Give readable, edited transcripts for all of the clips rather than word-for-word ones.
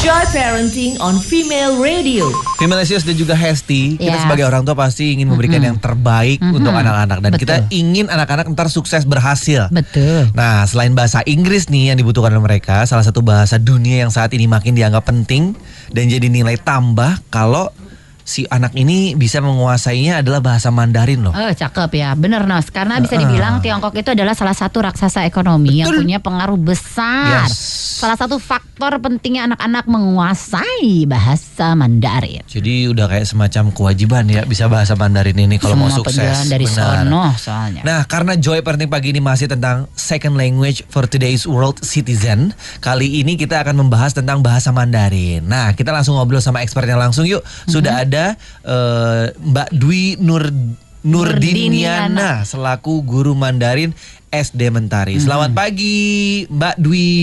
Joy Parenting on Female Radio. Femalicious dan juga Hesti, kita Yes. sebagai orang tua pasti ingin memberikan yang terbaik untuk anak-anak. Dan Betul. kita ingin anak-anak ntar sukses berhasil. Betul. Nah, selain bahasa Inggris nih yang dibutuhkan oleh mereka, salah satu bahasa dunia yang saat ini makin dianggap penting dan jadi nilai tambah kalau si anak ini bisa menguasainya adalah bahasa Mandarin loh. Oh, cakep ya. Bener, Nos. Karena bisa dibilang Tiongkok itu adalah salah satu raksasa ekonomi yang punya pengaruh besar. Yes. Salah satu faktor pentingnya anak-anak menguasai bahasa Mandarin. Jadi udah kayak semacam kewajiban ya bisa bahasa Mandarin ini kalau mau Semua sukses. pelajaran dari Benar. sono soalnya. Nah, karena Joy Parenting pagi ini masih tentang second language for today's world citizen, kali ini kita akan membahas tentang bahasa Mandarin. Nah, kita langsung ngobrol sama expertnya langsung yuk. Sudah ada Mbak Dwi Nurdiniana selaku guru Mandarin SD Mentari. Selamat pagi, Mbak Dwi.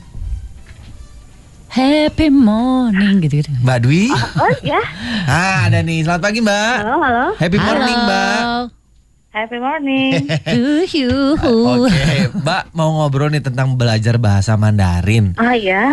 Happy morning gitu-gitu. Mbak Dwi. Oh ya, Ada nih. Selamat pagi, Mbak. halo. Happy morning, Mbak. Happy morning. To you. Oke, Mbak mau ngobrol nih tentang belajar bahasa Mandarin. Oh ya,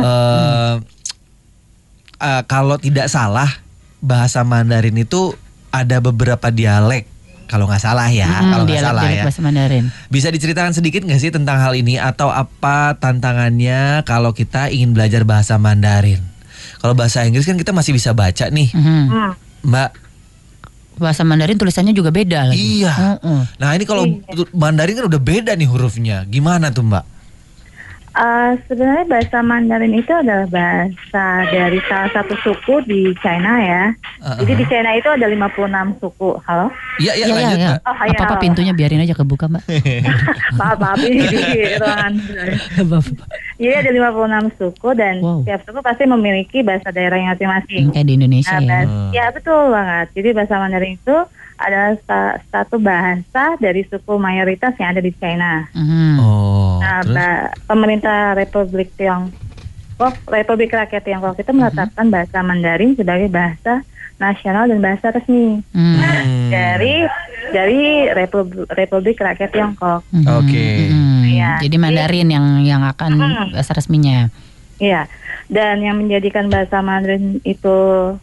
Kalau tidak salah, bahasa Mandarin itu ada beberapa dialek. Kalau nggak salah ya, kalau nggak salah dialek ya. bahasa Mandarin. Bisa diceritakan sedikit nggak sih tentang hal ini atau apa tantangannya kalau kita ingin belajar bahasa Mandarin? Kalau bahasa Inggris kan kita masih bisa baca nih, Mbak. Bahasa Mandarin tulisannya juga beda lagi. Iya. Nah ini kalau Mandarin kan udah beda nih hurufnya. Gimana tuh, Mbak? sebenarnya bahasa Mandarin itu adalah bahasa dari salah satu suku di China ya. Jadi di China itu ada 56 suku. Halo? Iya, lanjut, Mbak. Oh, iya. Apa-apa pintunya biarin aja kebuka, Mbak. Maaf ini di ruangan. Jadi ada 56 suku dan setiap suku pasti memiliki bahasa daerahnya masing-masing. Kayak di Indonesia ya. Ya betul banget. Jadi bahasa Mandarin itu adalah satu bahasa dari suku mayoritas yang ada di China. Pemerintah Republik Rakyat Tiongkok itu menetapkan bahasa Mandarin sebagai bahasa nasional dan bahasa resmi dari Republik Rakyat Tiongkok. Oke. Ya, jadi Mandarin yang akan bahasa resminya. Iya. Dan yang menjadikan bahasa Mandarin itu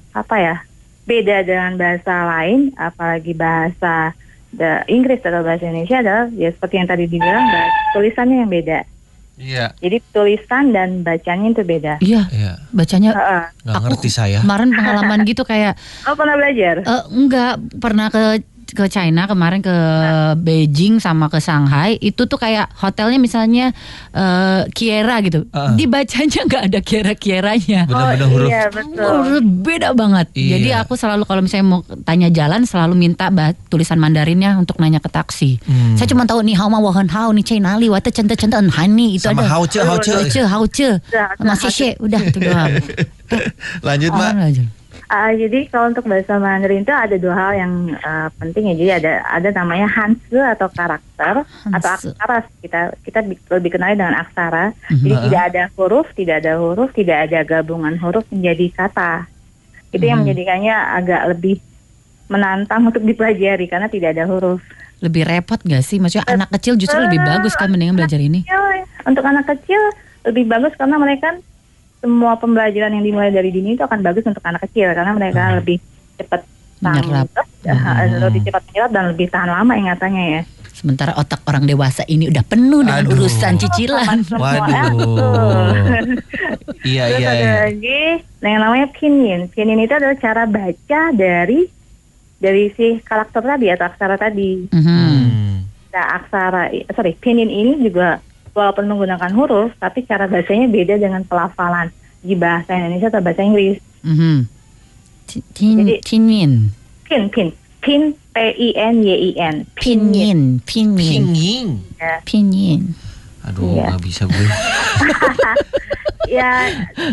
beda dengan bahasa lain, apalagi bahasa Inggris atau bahasa Indonesia adalah ya seperti yang tadi dibilang, tulisannya yang beda. Iya. Jadi tulisan dan bacanya itu beda. Iya. Bacanya nggak ngerti saya. Kemarin pengalaman gitu kayak. Oh, pernah belajar? Enggak, pernah ke China kemarin, ke Beijing sama ke Shanghai. Itu tuh kayak hotelnya misalnya Kiera gitu. Dibacanya nggak ada Kiera-Kieranya. Benar-benar huruf. Iya, betul. Beda banget. Iya. Jadi aku selalu kalau misalnya mau tanya jalan selalu minta tulisan Mandarinnya untuk nanya ke taksi. Saya cuma tahu nih hao ma wo hen hao ni China li wa te chen en han ni itu sama ada. Hao ce. Masih she udah itu doang. Lanjut, Mbak. Jadi kalau untuk bahasa Mandarin itu ada dua hal yang penting ya. Jadi ada namanya hanzi atau karakter atau aksara. Kita lebih kenal dengan aksara. Jadi tidak ada huruf, tidak ada gabungan huruf menjadi kata. Itu yang menjadikannya agak lebih menantang untuk dipelajari karena tidak ada huruf. Lebih repot gak sih? Maksudnya anak kecil justru lebih bagus kan mendingan belajar ini? Untuk anak kecil lebih bagus karena mereka semua pembelajaran yang dimulai dari dini itu akan bagus untuk anak kecil karena mereka lebih cepat menyerap, lebih cepat menyerap dan lebih tahan lama ingatannya ya. Sementara otak orang dewasa ini udah penuh dengan urusan cicilan. Waduh. Iya. Ada lagi yang namanya pinyin. Pinyin itu adalah cara baca dari si karakter tadi atau aksara tadi. Nah, pinyin ini juga walaupun menggunakan huruf, tapi cara bacanya beda dengan pelafalan di bahasa Indonesia atau bahasa Inggris. Pinyin. Pin, P-I-N-Y-I-N. Pinyin. Ya. Pinyin. Aduh, nggak bisa gue. Ya,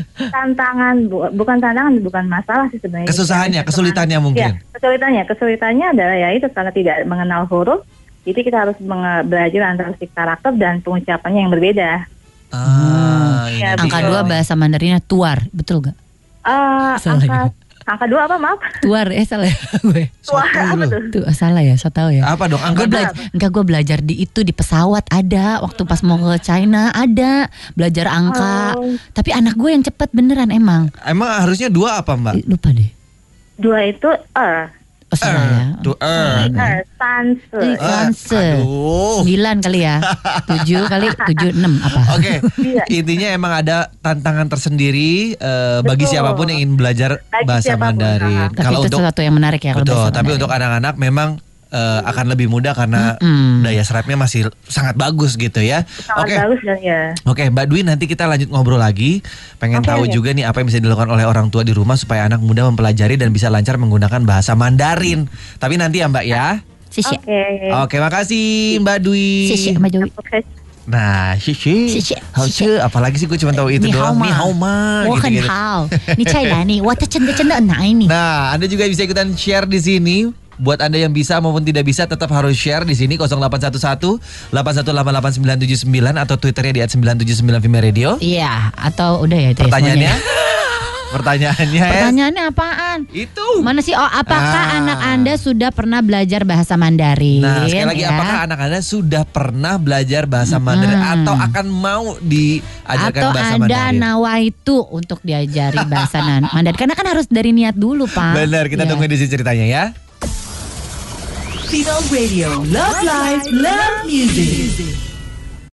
bukan masalah sih sebenarnya. Kesulitannya mungkin. Ya, kesulitannya adalah ya itu karena tidak mengenal huruf. Jadi kita harus belajar antara si karakter dan pengucapannya yang berbeda. Angka 2 bahasa Mandarinnya tuar, betul gak? Angka 2 apa maaf? Tuar salah ya gue. Tua apa tuh? Tuh salah ya, so tahu ya. Apa dong angka Gue belajar di pesawat ada waktu pas mau ke China ada belajar angka. Tapi anak gue yang cepet beneran emang. Emang harusnya 2 apa Mbak? Lupa deh. 2 itu Oh salah ya. Sanse. Aduh. 9 kali ya. 7 kali 7 6 apa? Oke. Intinya emang ada tantangan tersendiri bagi Betul. siapapun yang ingin belajar Bagi bahasa siapapun, Mandarin. Tapi itu sesuatu yang menarik ya kalau betul, bahasa tapi Mandarin. untuk anak-anak memang akan lebih mudah karena daya serapnya masih sangat bagus gitu ya. Sangat bagus dan ya. Oke, Mbak Dwi, nanti kita lanjut ngobrol lagi. Pengen tahu juga nih apa yang bisa dilakukan oleh orang tua di rumah supaya anak muda mempelajari dan bisa lancar menggunakan bahasa Mandarin. Tapi nanti ya Mbak ya. Sisi. Oke, makasih Mbak Dwi. Sisi Mbak Dwi. Nah, Sisi. Apalagi sih gue cuma tahu itu doang. Ni hao ma. Gitu. Ni cai lah nih. Wata cenda ini. Nah, Anda juga bisa ikutan share di sini. Buat Anda yang bisa maupun tidak bisa tetap harus share di sini 0811 81888979 atau Twitternya di @979female.radio. Iya, atau udah ya itu. Pertanyaannya apaan? Itu. Mana sih? Apakah anak Anda sudah pernah belajar bahasa Mandarin? Nah, sekali lagi apakah anak Anda sudah pernah belajar bahasa Mandarin atau akan mau diajarkan bahasa Mandarin? Atau ada nawaitu untuk diajari bahasa Mandarin? Karena kan harus dari niat dulu, Pak. Benar, kita tunggu di sini ceritanya ya. Female Radio, love life, love music.